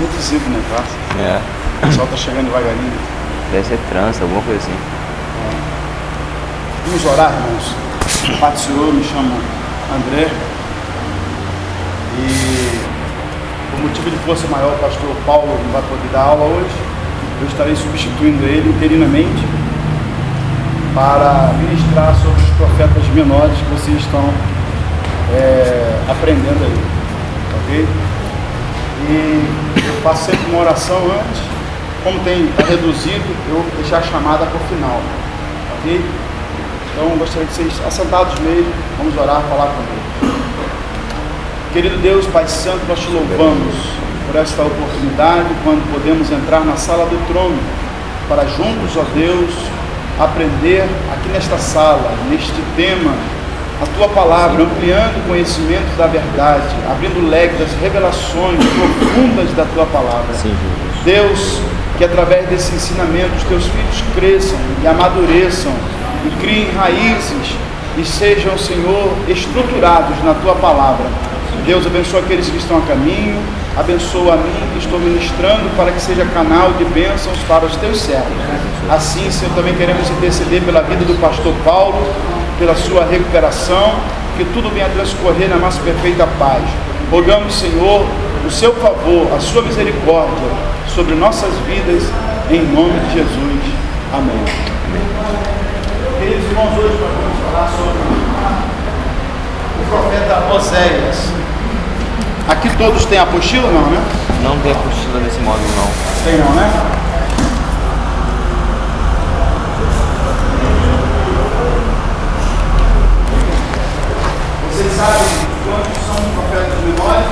muito visível, né? Praça. É. O pessoal tá chegando devagarinho. Deve ser trança, alguma coisa assim. Vamos orar, irmãos. Pai do Senhor, me chamo André. E por motivo de força maior, o pastor Paulo não vai poder dar aula hoje. Eu estarei substituindo ele interinamente para ministrar sobre os profetas menores que vocês estão aprendendo aí, ok? E eu faço sempre uma oração antes. Como está reduzido, eu vou deixar a chamada para o final, ok? Então eu gostaria de vocês assentados mesmo, vamos orar, falar com Deus. Querido Deus, Pai Santo, nós te louvamos por esta oportunidade, quando podemos entrar na sala do trono, para juntos, ó Deus, aprender aqui nesta sala, neste tema, a Tua Palavra, ampliando o conhecimento da verdade, abrindo o leque das revelações profundas da Tua Palavra. Sim, Deus, que através desse ensinamento os Teus filhos cresçam e amadureçam e criem raízes e sejam, Senhor, estruturados na Tua Palavra. Deus, abençoa aqueles que estão a caminho, abençoa a mim que estou ministrando para que seja canal de bênçãos para os Teus servos. Assim, Senhor, também queremos interceder pela vida do pastor Paulo, pela sua recuperação, que tudo venha a transcorrer na mais perfeita paz. Rogamos, Senhor, o Seu favor, a Sua misericórdia sobre nossas vidas, em nome de Jesus. Amém. Queridos irmãos, hoje nós vamos falar sobre o profeta Oséias. Aqui todos têm apostila, não, né? Não tem apostila nesse módulo, não. Tem não, né? Vocês sabem quantos são profetas menores?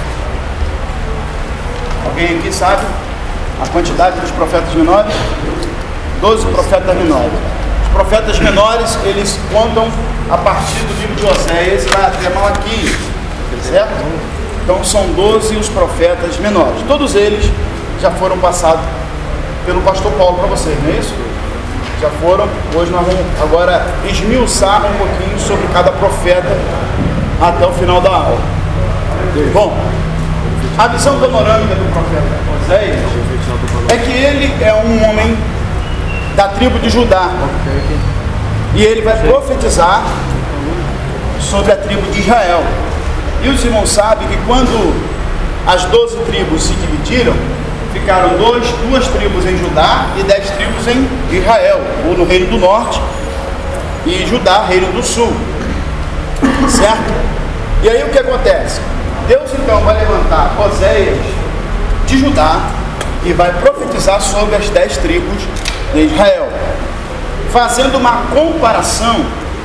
Alguém aqui sabe a quantidade dos profetas menores? 12 profetas menores. Os profetas menores, eles contam a partir do livro de Oséias e vai até Malaquias, certo? Então são 12 os profetas menores. Todos eles já foram passados pelo pastor Paulo para vocês, não é isso? Já foram. Hoje nós vamos agora esmiuçar um pouquinho sobre cada profeta até o final da aula. Bom, a visão panorâmica do profeta Oséias é que ele é um homem da tribo de Judá e ele vai profetizar sobre a tribo de Israel. E os irmãos sabem que quando as 12 tribos se dividiram, ficaram duas tribos em Judá e 10 tribos em Israel, ou no Reino do Norte, e Judá, Reino do Sul, certo? E aí o que acontece? Deus então vai levantar Oséias de Judá e vai profetizar sobre as 10 tribos de Israel, fazendo uma comparação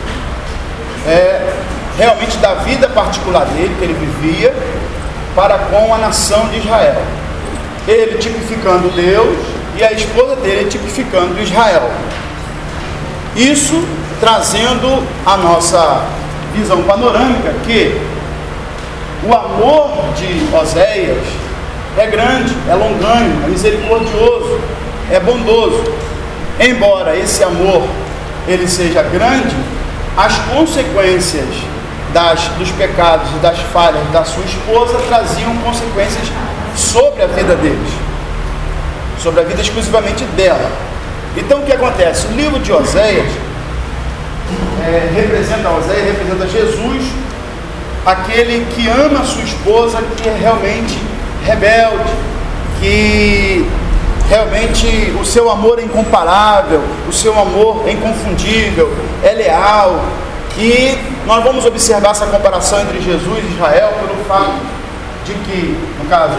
realmente da vida particular dele, que ele vivia, para com a nação de Israel. Ele tipificando Deus e a esposa dele tipificando Israel. Isso trazendo a nossa visão panorâmica que o amor de Oséias é grande, é longânimo, é misericordioso, é bondoso. Embora esse amor ele seja grande, as consequências dos pecados e das falhas da sua esposa traziam consequências sobre a vida deles, sobre a vida exclusivamente dela. Então o que acontece? O livro de Oséias representa Jesus, aquele que ama a sua esposa, que é realmente rebelde, que realmente o seu amor é incomparável, o seu amor é inconfundível, é leal. E nós vamos observar essa comparação entre Jesus e Israel pelo fato de que, no caso,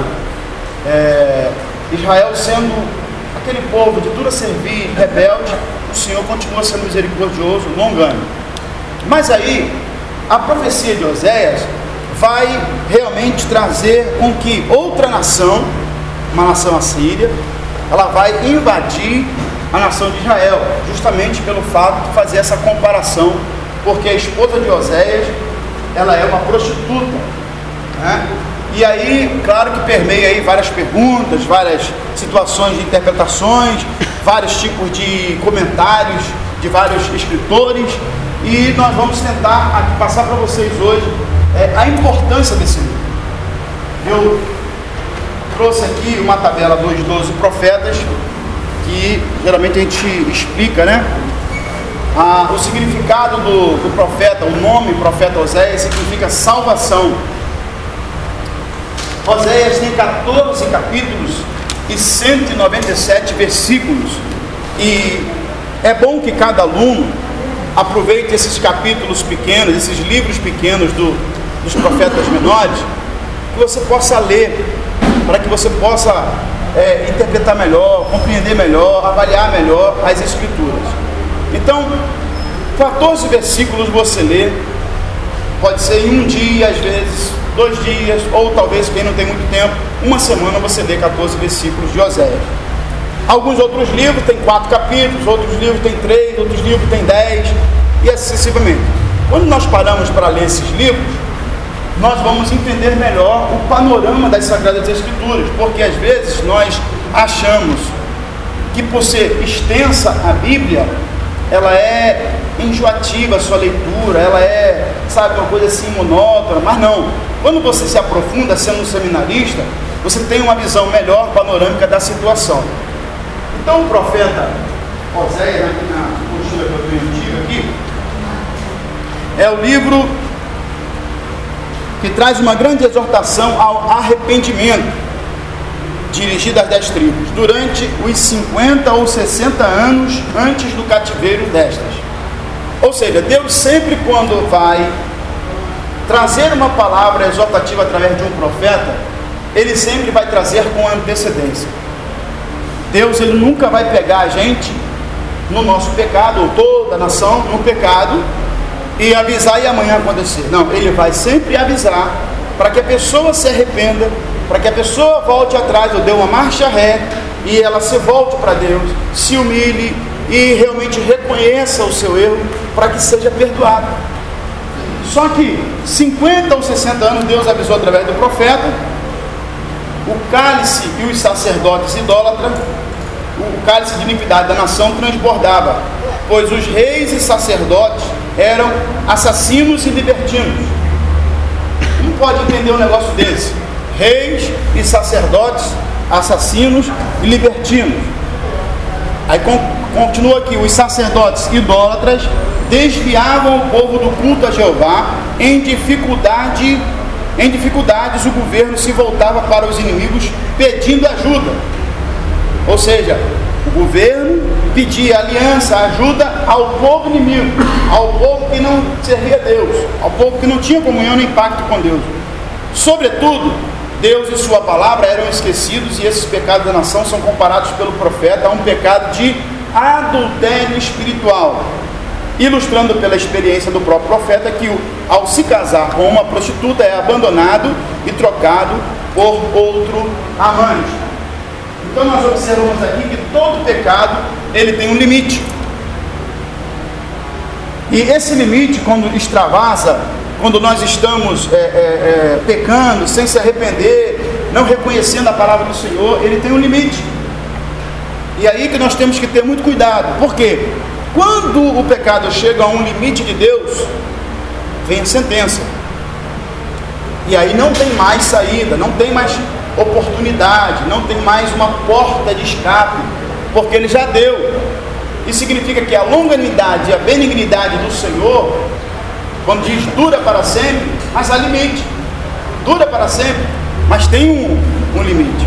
Israel sendo aquele povo de dura servir, rebelde, o Senhor continua sendo misericordioso, longânimo. Mas aí, a profecia de Oséias vai realmente trazer com que outra nação, uma nação assíria, ela vai invadir a nação de Israel, justamente pelo fato de fazer essa comparação, porque a esposa de Oséias, ela é uma prostituta, né? E aí, claro que permeia aí várias perguntas, várias situações de interpretações, vários tipos de comentários de vários escritores, e nós vamos tentar aqui passar para vocês hoje a importância desse livro. Eu trouxe aqui uma tabela dos 12 profetas, que geralmente a gente explica, né? O significado do profeta, o nome profeta Oséias significa salvação. Oséias tem 14 capítulos e 197 versículos, e é bom que cada aluno aproveite esses capítulos pequenos, esses livros pequenos dos profetas menores, que você possa ler, para que você possa interpretar melhor, compreender melhor, avaliar melhor as escrituras. Então, 14 versículos você lê, pode ser em um dia, às vezes 2 dias, ou talvez, quem não tem muito tempo, uma semana você lê 14 versículos de Oséias. Alguns outros livros têm 4 capítulos, outros livros têm 3, outros livros têm 10, e assim sucessivamente. Quando nós paramos para ler esses livros, nós vamos entender melhor o panorama das Sagradas Escrituras, porque às vezes nós achamos que, por ser extensa a Bíblia, ela é enjoativa a sua leitura, ela é, sabe, uma coisa assim monótona, mas não. Quando você se aprofunda sendo um seminarista, você tem uma visão melhor, panorâmica da situação. Então o profeta Oséias, aqui na postura que eu tenho antiga aqui, é o livro que traz uma grande exortação ao arrependimento, dirigida às 10 tribos, durante os 50 ou 60 anos antes do cativeiro destas. Ou seja, Deus sempre, quando vai trazer uma palavra exortativa através de um profeta, Ele sempre vai trazer com antecedência. Deus, Ele nunca vai pegar a gente no nosso pecado, ou toda a nação no pecado, e avisar e amanhã acontecer. Não, Ele vai sempre avisar, para que a pessoa se arrependa, para que a pessoa volte atrás, ou dê uma marcha ré, e ela se volte para Deus, se humilhe e realmente reconheça o seu erro, para que seja perdoado. Só que 50 ou 60 anos Deus avisou através do profeta, o cálice e os sacerdotes idólatras, o cálice de iniquidade da nação transbordava, pois os reis e sacerdotes eram assassinos e libertinos. Não pode entender um negócio desse. Reis e sacerdotes, assassinos e libertinos. Aí continua aqui: os sacerdotes idólatras desviavam o povo do culto a Jeová. Em dificuldades o governo se voltava para os inimigos pedindo ajuda. Ou seja, o governo pedia aliança, ajuda ao povo inimigo, ao povo que não servia a Deus, ao povo que não tinha comunhão nem pacto com Deus. Sobretudo, Deus e sua palavra eram esquecidos, e esses pecados da nação são comparados pelo profeta a um pecado de adultério espiritual, ilustrando pela experiência do próprio profeta que, ao se casar com uma prostituta, é abandonado e trocado por outro amante. Então nós observamos aqui que todo pecado, ele tem um limite, e esse limite, quando extravasa, quando nós estamos pecando, sem se arrepender, não reconhecendo a palavra do Senhor, ele tem um limite. E aí que nós temos que ter muito cuidado. Por quê? Quando o pecado chega a um limite de Deus, vem a sentença. E aí não tem mais saída, não tem mais oportunidade, não tem mais uma porta de escape, porque Ele já deu. Isso significa que a longanimidade e a benignidade do Senhor, quando diz dura para sempre, mas há limite. Dura para sempre, mas tem um limite.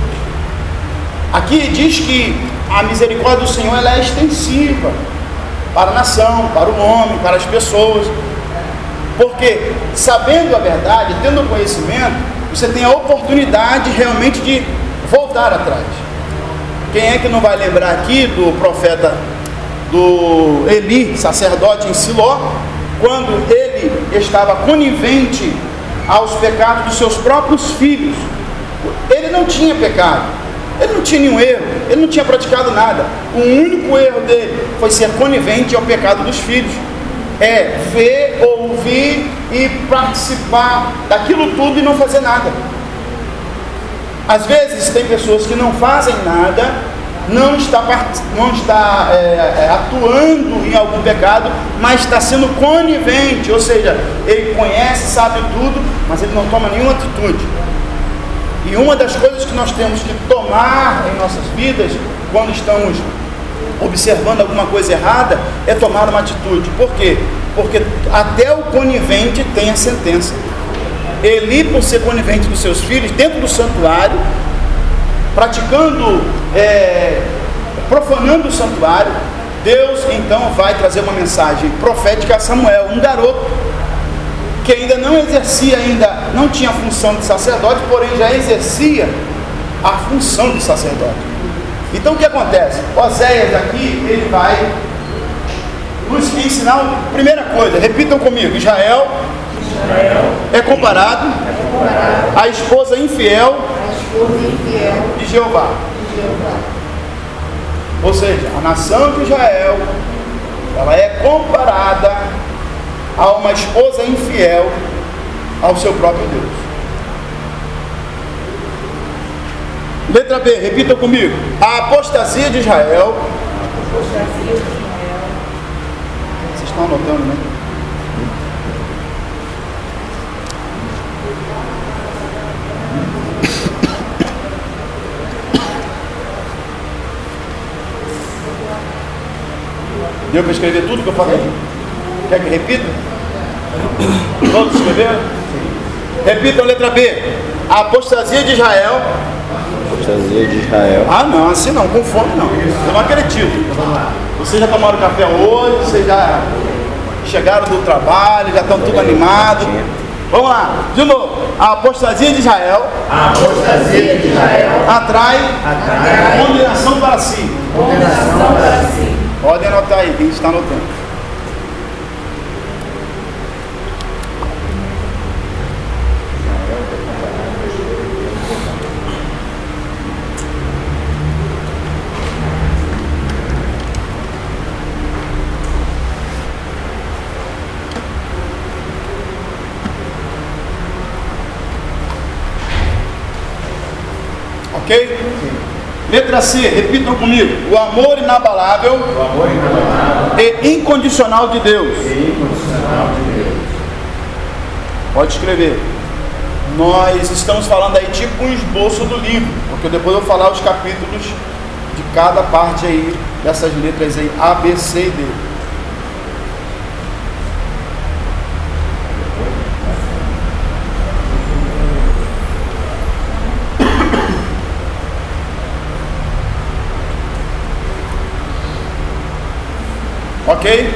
Aqui diz que a misericórdia do Senhor, ela é extensiva para a nação, para o homem, para as pessoas. Porque, sabendo a verdade, tendo o conhecimento, você tem a oportunidade realmente de voltar atrás. Quem é que não vai lembrar aqui do profeta, do Eli, sacerdote em Siló, quando ele estava conivente aos pecados dos seus próprios filhos? Ele não tinha pecado, ele não tinha nenhum erro, ele não tinha praticado nada. O único erro dele foi ser conivente ao pecado dos filhos. É ver, ouvir e participar daquilo tudo e não fazer nada. Às vezes tem pessoas que não fazem nada, não está atuando em algum pecado, mas está sendo conivente, ou seja, ele conhece, sabe tudo, mas ele não toma nenhuma atitude. E uma das coisas que nós temos que tomar em nossas vidas, quando estamos observando alguma coisa errada, é tomar uma atitude. Por quê? Porque até o conivente tem a sentença. Eli, por ser conivente dos seus filhos, dentro do santuário, praticando, profanando o santuário, Deus então vai trazer uma mensagem profética a Samuel, um garoto que ainda não exercia, não tinha a função de sacerdote, porém já exercia a função de sacerdote. Então o que acontece? Oséias aqui, ele vai nos ensinar, primeira coisa, repitam comigo: Israel é comparado à esposa infiel de Jeová. Ou seja, a nação de Israel, ela é comparada a uma esposa infiel ao seu próprio Deus. Letra B, repita comigo: a apostasia de Israel. Vocês estão anotando, né? Deu para escrever tudo que eu falei? Quer que repita? Todos escreveram? Repitam a letra B. A apostasia de Israel. Apostasia de Israel. Ah, não, assim não, com fome não. Eu não acredito. Vocês já tomaram café hoje, vocês já chegaram do trabalho, já estão tudo animados. Vamos lá, de novo. A apostasia de Israel. A apostasia de Israel Atrai condenação para si. condenação para si. Podem anotar aí, quem está anotando. Ok? Letra C, repitam comigo: o amor inabalável, e incondicional de Deus. Pode escrever. Nós estamos falando aí tipo um esboço do livro, porque depois eu vou falar os capítulos de cada parte aí, dessas letras aí, A, B, C e D. Ok?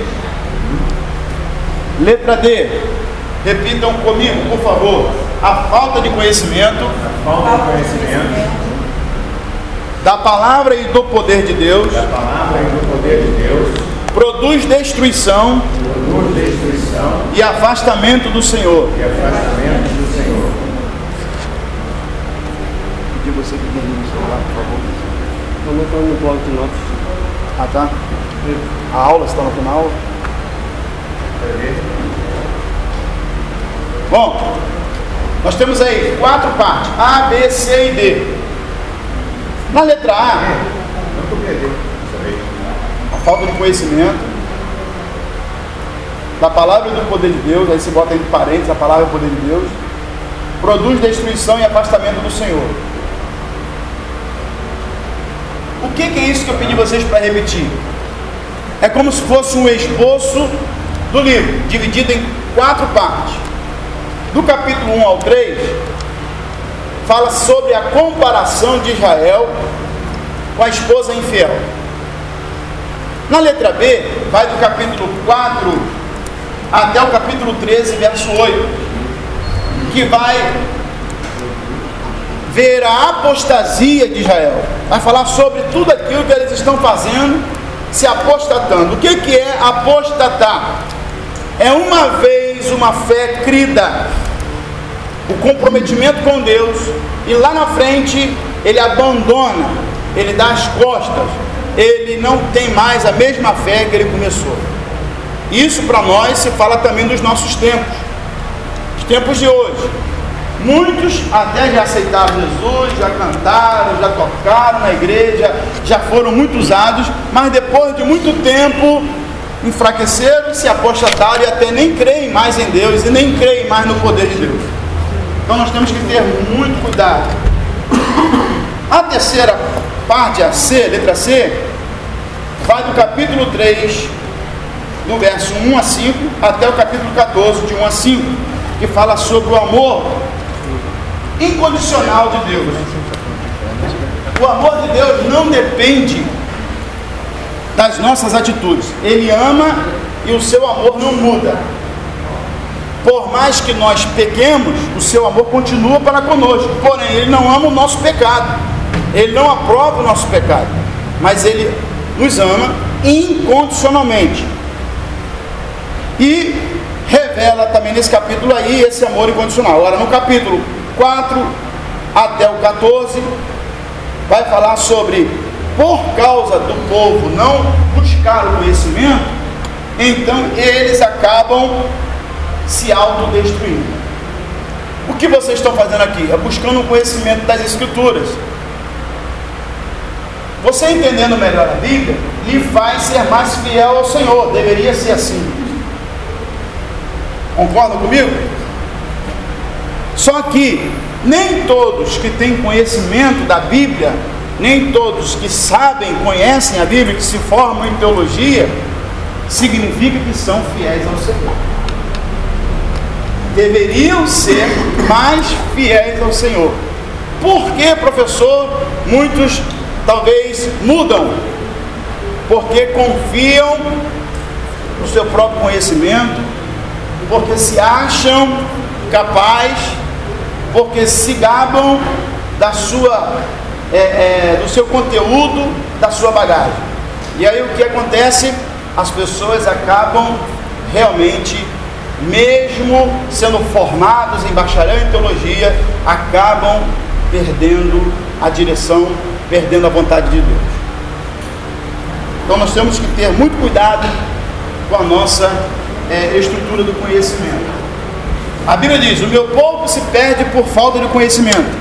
Letra D. Repitam comigo, por favor. A falta de conhecimento da palavra e do poder de Deus produz destruição e afastamento do Senhor. Pedir você que desligue o celular, por favor. Vamos entrar no bloco de notas. Ah, tá? A aula está no final. Bom, nós temos aí 4 partes: A, B, C e D. Na letra A, a falta de conhecimento da palavra e do poder de Deus. Aí se bota entre parênteses a palavra e o poder de Deus. Produz destruição e afastamento do Senhor. O que é isso que eu pedi vocês para repetir? É como se fosse um esboço do livro, dividido em 4 partes. Do capítulo 1 ao 3, fala sobre a comparação de Israel com a esposa infiel. Na letra B, vai do capítulo 4 até o capítulo 13, verso 8, que vai ver a apostasia de Israel. Vai falar sobre tudo aquilo que eles estão fazendo, se apostatando. O que é apostatar? É uma vez uma fé crida, o comprometimento com Deus, e lá na frente ele abandona, ele dá as costas, ele não tem mais a mesma fé que ele começou. Isso para nós se fala também dos nossos tempos, os tempos de hoje. Muitos até já aceitaram Jesus, já cantaram, já tocaram na igreja, já foram muito usados, mas depois de muito tempo enfraqueceram, se apostataram e até nem creem mais em Deus e nem creem mais no poder de Deus. Então nós temos que ter muito cuidado. terceira parte, a C, letra C, vai do capítulo 3, do verso 1 a 5, até o capítulo 14, de 1 a 5, que fala sobre o amor incondicional de Deus. O amor de Deus não depende das nossas atitudes. Ele ama e o seu amor não muda. Por mais que nós pequemos, o seu amor continua para conosco. Porém, ele não ama o nosso pecado. Ele não aprova o nosso pecado. Mas ele nos ama incondicionalmente. E revela também nesse capítulo aí esse amor incondicional. Agora, no capítulo 4 até o 14, vai falar sobre, por causa do povo não buscar o conhecimento, então eles acabam se autodestruindo. O que vocês estão fazendo aqui? É buscando o conhecimento das Escrituras. Você entendendo melhor a Bíblia, lhe faz ser mais fiel ao Senhor. Deveria ser assim. Concordam comigo? Só que nem todos que têm conhecimento da Bíblia, nem todos que sabem, conhecem a Bíblia, que se formam em teologia, significa que são fiéis ao Senhor. Deveriam ser mais fiéis ao Senhor. Por que, professor, muitos talvez mudam? Porque confiam no seu próprio conhecimento, porque se acham capazes, porque se gabam da sua, do seu conteúdo, da sua bagagem. E aí o que acontece? As pessoas acabam realmente, mesmo sendo formados em bacharel em teologia, acabam perdendo a direção, perdendo a vontade de Deus. Então nós temos que ter muito cuidado com a nossa estrutura do conhecimento. A Bíblia diz: o meu povo se perde por falta de conhecimento.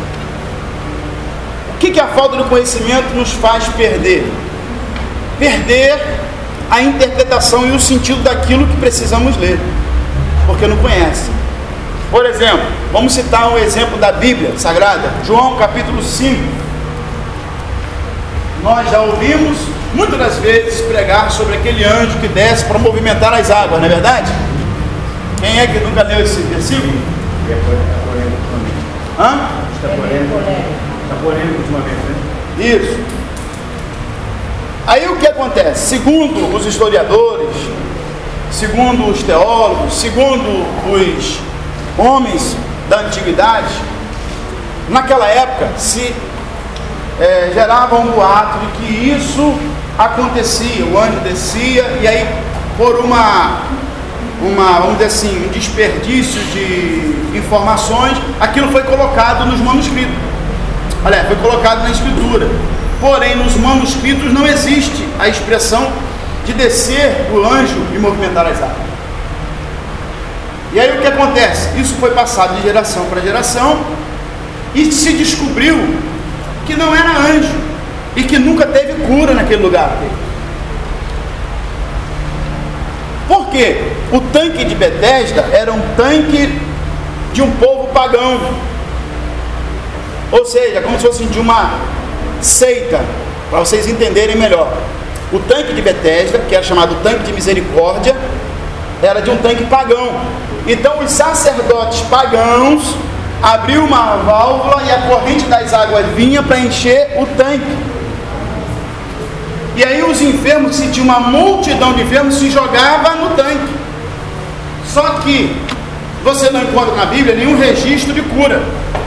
O que a falta de conhecimento nos faz perder? Perder a interpretação e o sentido daquilo que precisamos ler, porque não conhece. Por exemplo, vamos citar um exemplo da Bíblia Sagrada, João capítulo 5. Nós já ouvimos muitas das vezes pregar sobre aquele anjo que desce para movimentar as águas, não é verdade? Quem é que nunca leu esse versículo? Hã? Está polêmico ultimamente, né? Isso. Aí o que acontece? Segundo os historiadores, segundo os teólogos, segundo os homens da antiguidade, naquela época se gerava um boato de que isso acontecia. O anjo descia e aí, por vamos dizer assim, um desperdício de informações, aquilo foi colocado nos manuscritos. Olha, foi colocado na escritura. Porém, nos manuscritos não existe a expressão de descer o anjo e movimentar as águas. E aí o que acontece? Isso foi passado de geração para geração e se descobriu que não era anjo e que nunca teve cura naquele lugar. Por quê? O tanque de Betesda era um tanque de um povo pagão, ou seja, como se fosse de uma seita, para vocês entenderem melhor. O tanque de Betesda, que era chamado tanque de misericórdia, era de um tanque pagão. Então os sacerdotes pagãos abriu uma válvula e a corrente das águas vinha para encher o tanque. E aí os enfermos, se tinha uma multidão de enfermos, se jogava no tanque. Só que você não encontra na Bíblia nenhum registro de cura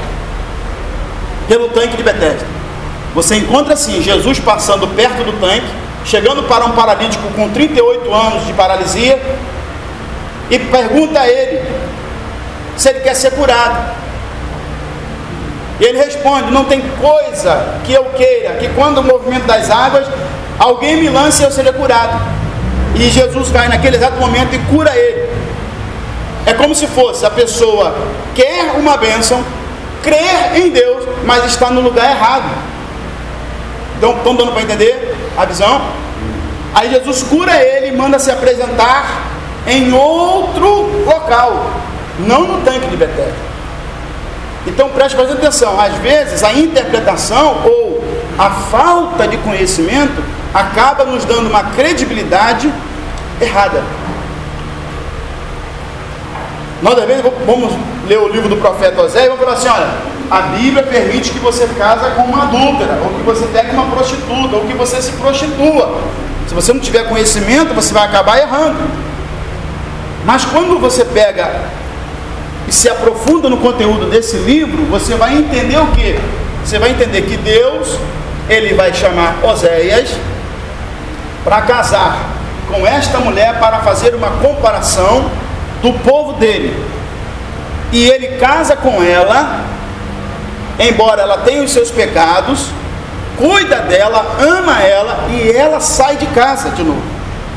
pelo tanque de Betesda. Você encontra assim, Jesus passando perto do tanque, chegando para um paralítico com 38 anos de paralisia, e pergunta a ele se ele quer ser curado. E ele responde: não tem coisa que eu queira, que quando o movimento das águas, alguém me lance e eu seja curado. E Jesus vai naquele exato momento e cura ele. É como se fosse a pessoa quer uma bênção, crer em Deus, mas está no lugar errado. Então, estão dando para entender a visão? Aí Jesus cura ele e manda se apresentar em outro local, não no tanque de Betesda. Então preste bastante atenção. Às vezes a interpretação ou a falta de conhecimento acaba nos dando uma credibilidade errada. Nós, às vezes, vamos ler o livro do profeta Oséias e vamos falar assim: olha, a Bíblia permite que você casa com uma adúltera, ou que você pegue uma prostituta, ou que você se prostitua. Se você não tiver conhecimento, você vai acabar errando. Mas quando você pega e se aprofunda no conteúdo desse livro, você vai entender o quê? Você vai entender que Deus, Ele vai chamar Oséias para casar com esta mulher, para fazer uma comparação do povo dele. E ele casa com ela, embora ela tenha os seus pecados, cuida dela, ama ela, e ela sai de casa de novo.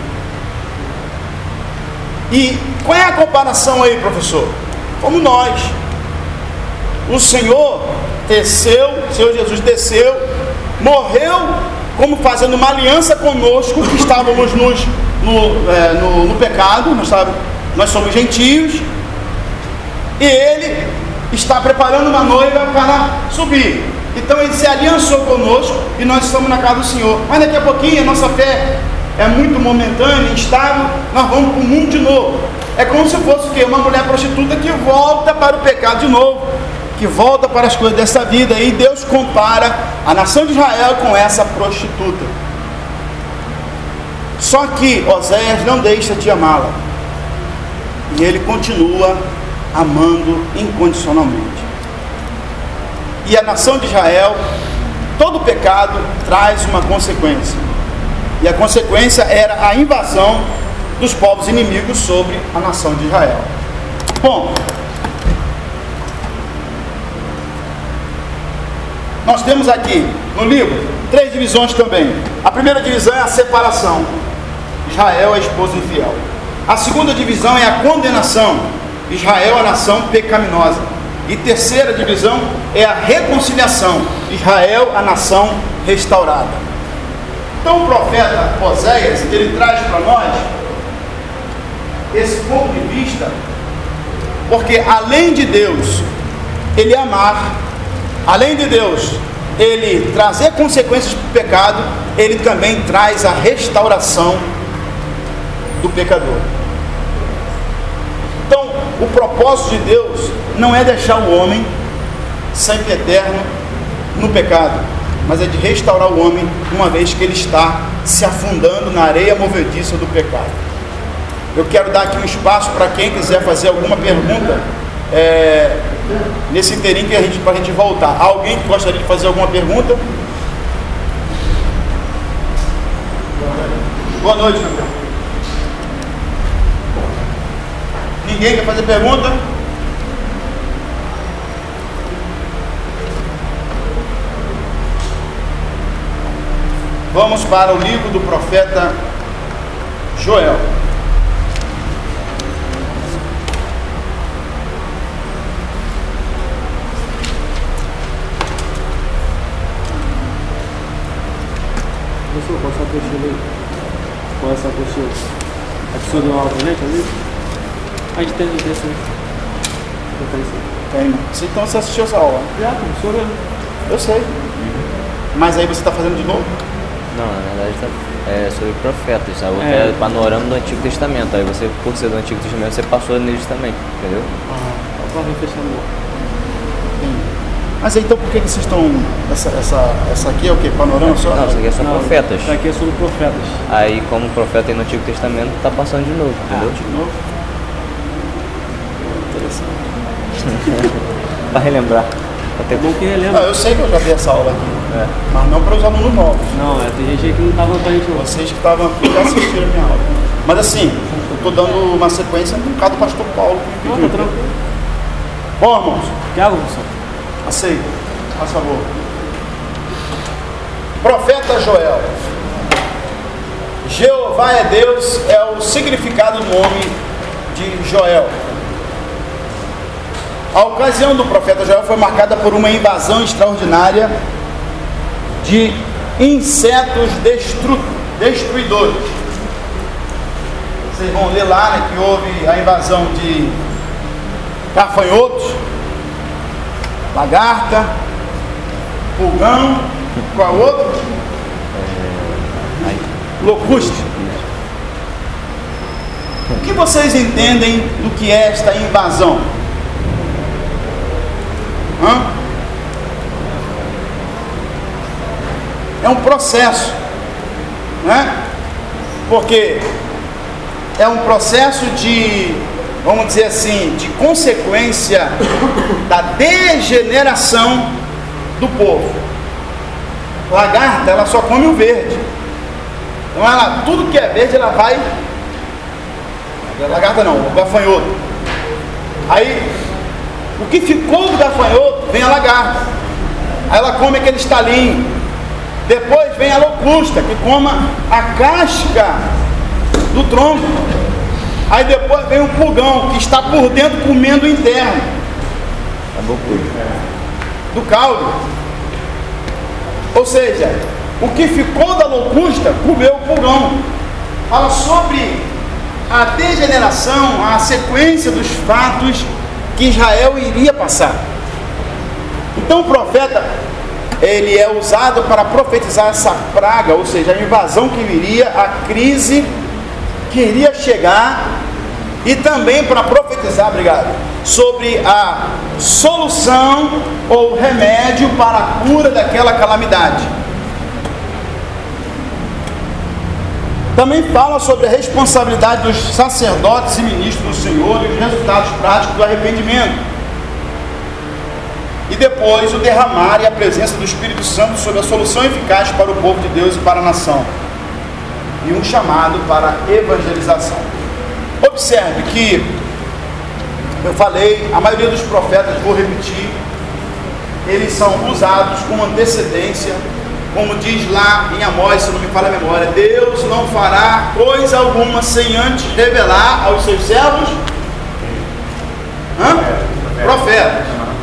E qual é a comparação aí, professor? Como nós. O Senhor desceu, o Senhor Jesus desceu, morreu como fazendo uma aliança conosco, que estávamos no pecado, nós somos gentios, e Ele está preparando uma noiva para subir. Então Ele se aliançou conosco e nós estamos na casa do Senhor. Mas daqui a pouquinho a nossa fé é muito momentânea, instável, nós vamos para o mundo de novo. É como se fosse o quê? Uma mulher prostituta que volta para o pecado de novo, que volta para as coisas dessa vida. E Deus compara a nação de Israel com essa prostituta. Só que Oséias não deixa de amá-la, e ele continua amando incondicionalmente. E a nação de Israel, todo pecado traz uma consequência, e a consequência era a invasão dos povos inimigos sobre a nação de Israel. Bom, nós temos aqui no livro 3 divisões também. A primeira divisão é a separação. Israel é esposo infiel. A segunda divisão é a condenação. Israel é a nação pecaminosa. E terceira divisão é a reconciliação. Israel, a nação restaurada. Então o profeta Oséias, ele traz para nós esse ponto de vista, porque além de Deus ele amar, além de Deus ele trazer consequências para o pecado, ele também traz a restauração do pecador. Então, o propósito de Deus não é deixar o homem sempre eterno no pecado, mas é de restaurar o homem, uma vez que ele está se afundando na areia movediça do pecado. Eu quero dar aqui um espaço para quem quiser fazer alguma pergunta nesse inteirinho para a gente voltar. Alguém que gostaria de fazer alguma pergunta? Boa noite, meu irmão. Ninguém quer fazer pergunta? Vamos para o livro do profeta Joel. Professor, qual essa apostila aí? Qual essa apostila? A que o senhor deu uma aula pra gente ali? A gente tem desse aí. Tem. Então você assistiu essa aula? Já, professor mesmo. Eu sei. Mas aí você está fazendo de novo? Não, na verdade é sobre profetas, a outra é panorama do Antigo Testamento. Aí você, por ser do Antigo Testamento, você passou neles também, entendeu? Agora fechando. Mas aí, então por que vocês estão... Essa aqui é o quê? Panorama só? Não, isso aqui é só profetas. Isso aqui é sobre profetas. Aí, como profeta aí no Antigo Testamento, tá passando de novo, entendeu? De novo? Interessante. Pra relembrar. É bom que relembra. Não, eu sei que eu já vi essa aula aqui, mas não para os alunos novos. Não, tem gente aí que não estava com a gente não. Vocês que estavam aqui já assistiram a minha aula. Mas assim, eu estou dando uma sequência por causa do pastor Paulo. Não, tá tranquilo. Bom, irmãos. Quer algo, professor? Aceita, por favor. Profeta Joel. Jeová é Deus, é o significado do nome de Joel. A ocasião do profeta Joel foi marcada por uma invasão extraordinária de insetos destruidores. Vocês vão ler lá, né, que houve a invasão de gafanhotos, lagarta, pulgão, qual outro? Locusta. O que vocês entendem do que é esta invasão? É um processo, né? Porque é um processo de, vamos dizer assim, de consequência da degeneração do povo. Lagarta, ela só come o verde. Então ela, tudo que é verde, ela vai. Lagarta não, o gafanhoto. Aí, o que ficou do gafanhoto, vem a lagarta. Aí ela come aquele estalinho. Depois vem a locusta, que come a casca do tronco. Aí depois vem o pulgão, que está por dentro comendo o interno do caule. Ou seja, o que ficou da locusta comeu o pulgão. Fala sobre a degeneração, a sequência dos fatos que Israel iria passar. Então o profeta, ele é usado para profetizar essa praga, ou seja, a invasão que viria, a crise que iria chegar, e também para profetizar, sobre a solução ou remédio para a cura daquela calamidade. Também fala sobre a responsabilidade dos sacerdotes e ministros do Senhor e os resultados práticos do arrependimento. E depois o derramar e a presença do Espírito Santo sobre a solução eficaz para o povo de Deus e para a nação. E um chamado para a evangelização. Observe que eu falei, a maioria dos profetas, vou repetir, eles são usados com antecedência, como diz lá em Amós, se não me falha a memória: Deus não fará coisa alguma sem antes revelar aos seus servos profetas.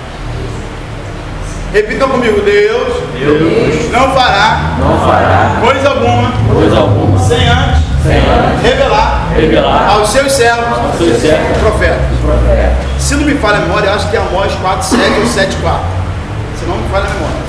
Repitam comigo: Deus não fará coisa alguma sem antes revelar aos seus servos profetas. Se não me falha a memória, eu acho que é Amós 4:7 ou 7:4. Se não me falha a memória.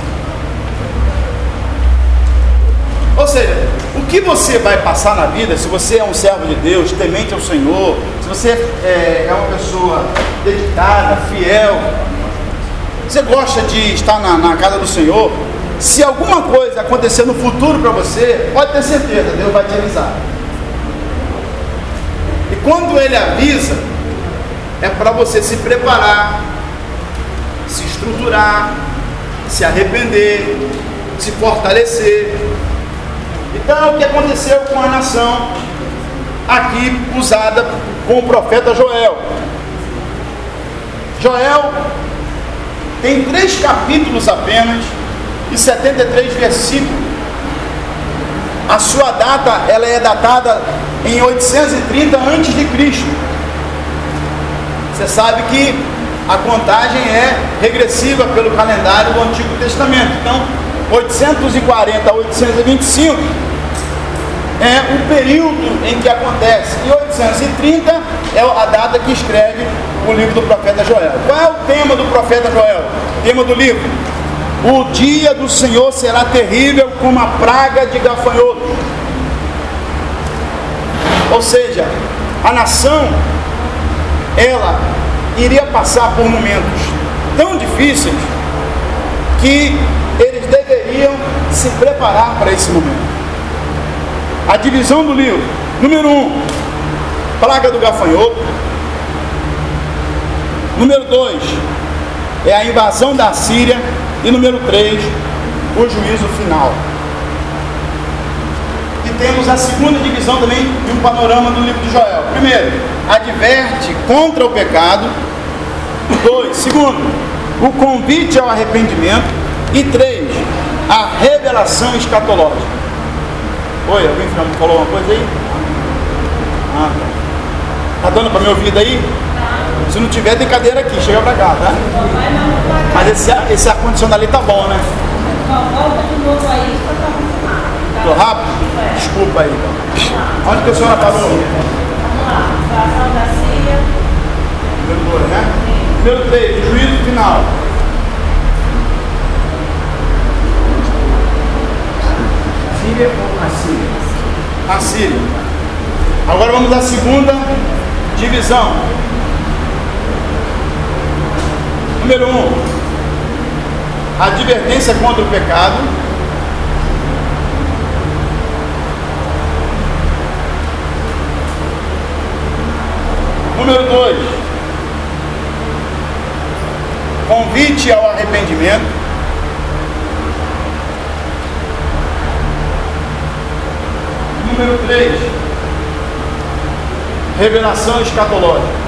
Ou seja, o que você vai passar na vida, se você é um servo de Deus, temente ao Senhor, se você é uma pessoa dedicada, fiel, você gosta de estar na casa do Senhor, se alguma coisa acontecer no futuro para você, pode ter certeza, Deus vai te avisar. E quando Ele avisa, é para você se preparar, se estruturar, se arrepender, se fortalecer. Então é o que aconteceu com a nação aqui usada com o profeta Joel. Joel tem 3 capítulos apenas e 73 versículos. A sua data, ela é datada em 830 a.C. Você sabe que a contagem é regressiva pelo calendário do Antigo Testamento. Então 840 a 825 é o período em que acontece, e 830 é a data que escreve o livro do profeta Joel. Qual é o tema do profeta Joel? O tema do livro: o dia do Senhor será terrível como a praga de gafanhoto. Ou seja, a nação, ela iria passar por momentos tão difíceis que eles deveriam se preparar para esse momento. A divisão do livro: número 1, praga do gafanhoto. Número 2 é a invasão da Síria. E número 3, o juízo final. E temos a segunda divisão também de um panorama do livro de Joel. Primeiro, adverte contra o pecado. 2, segundo, o convite ao arrependimento. E 3, a revelação escatológica. Oi, alguém falou uma coisa aí? Tá dando para me ouvir daí? Se não tiver, tem cadeira aqui, chega pra cá, tá? Mas esse ar-condicionado ali tá bom, né? Volta de novo aí, para funcionar. Tô rápido? Desculpa aí. Onde que a senhora parou? Vamos lá, invasão da Síria. Número 2, né? Número 3, juízo final. Síria ou na Síria? A Síria. Agora vamos à segunda divisão. Número 1. Advertência contra o pecado. Número 2. Convite ao arrependimento. Número 3. Revelação escatológica.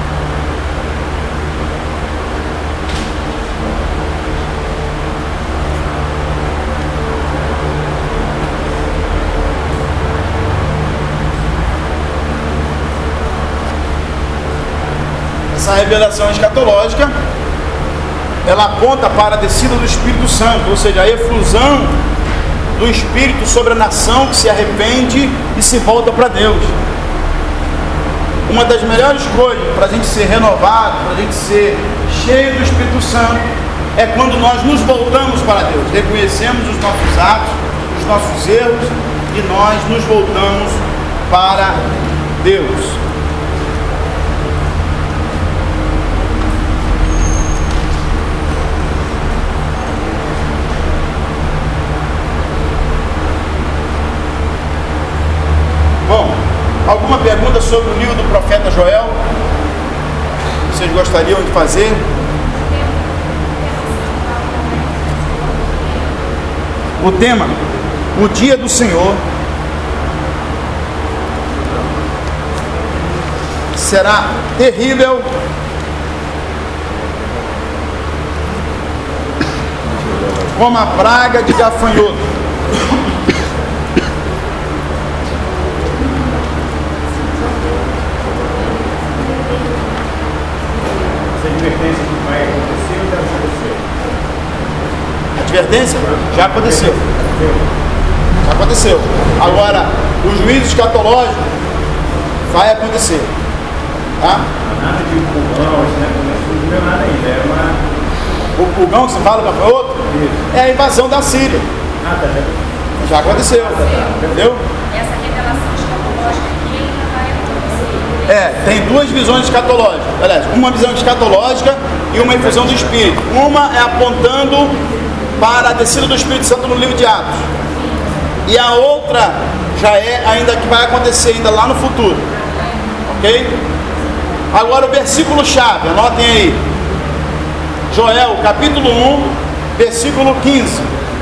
Essa revelação escatológica, ela aponta para a descida do Espírito Santo, ou seja, a efusão do Espírito sobre a nação que se arrepende e se volta para Deus. Uma das melhores coisas para a gente ser renovado, para a gente ser cheio do Espírito Santo, é quando nós nos voltamos para Deus, reconhecemos os nossos atos, os nossos erros, e nós nos voltamos para Deus. Alguma pergunta sobre o livro do profeta Joel? Vocês gostariam de fazer? O tema, o dia do Senhor, será terrível como a praga de gafanhoto. Advertência? Já aconteceu. Já aconteceu. Agora, o juízo escatológico vai acontecer. Tá? Nada de pulgão, não deu nada ainda. É uma... O pulgão que você fala, gafanhoto, é a invasão da Síria. Já aconteceu. Entendeu? Essa revelação escatológica aqui ainda vai acontecer. Tem duas visões escatológicas. Aliás, uma visão escatológica e uma infusão do Espírito. Uma é apontando para a descida do Espírito Santo no livro de Atos. E a outra já é ainda que vai acontecer ainda lá no futuro. Ok? Agora o versículo chave, anotem aí. Joel, capítulo 1, versículo 15.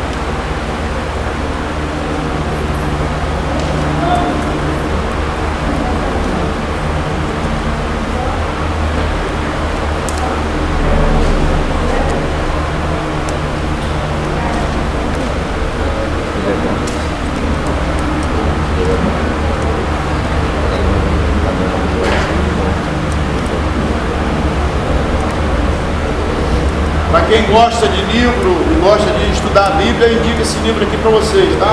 Para quem gosta de livro e gosta de estudar a Bíblia, eu indico esse livro aqui para vocês, tá?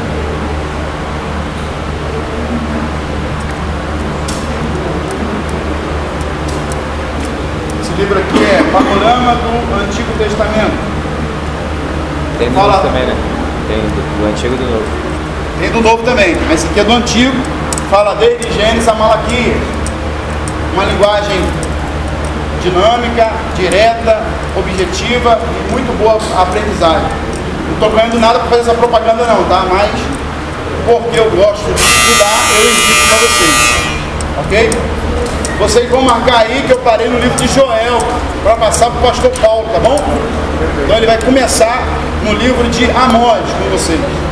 Esse livro aqui é Panorama do Antigo Testamento. Tem do Novo também, né? Tem do Antigo e do Novo. Tem do Novo também, mas esse aqui é do Antigo, fala desde Gênesis a Malaquias. Uma linguagem dinâmica, direta, objetiva e muito boa aprendizagem. Não estou ganhando nada para fazer essa propaganda não, tá? Mas porque eu gosto de estudar, eu indico para vocês. Ok? Vocês vão marcar aí que eu parei no livro de Joel para passar para o pastor Paulo, tá bom? Então ele vai começar no livro de Amós com vocês.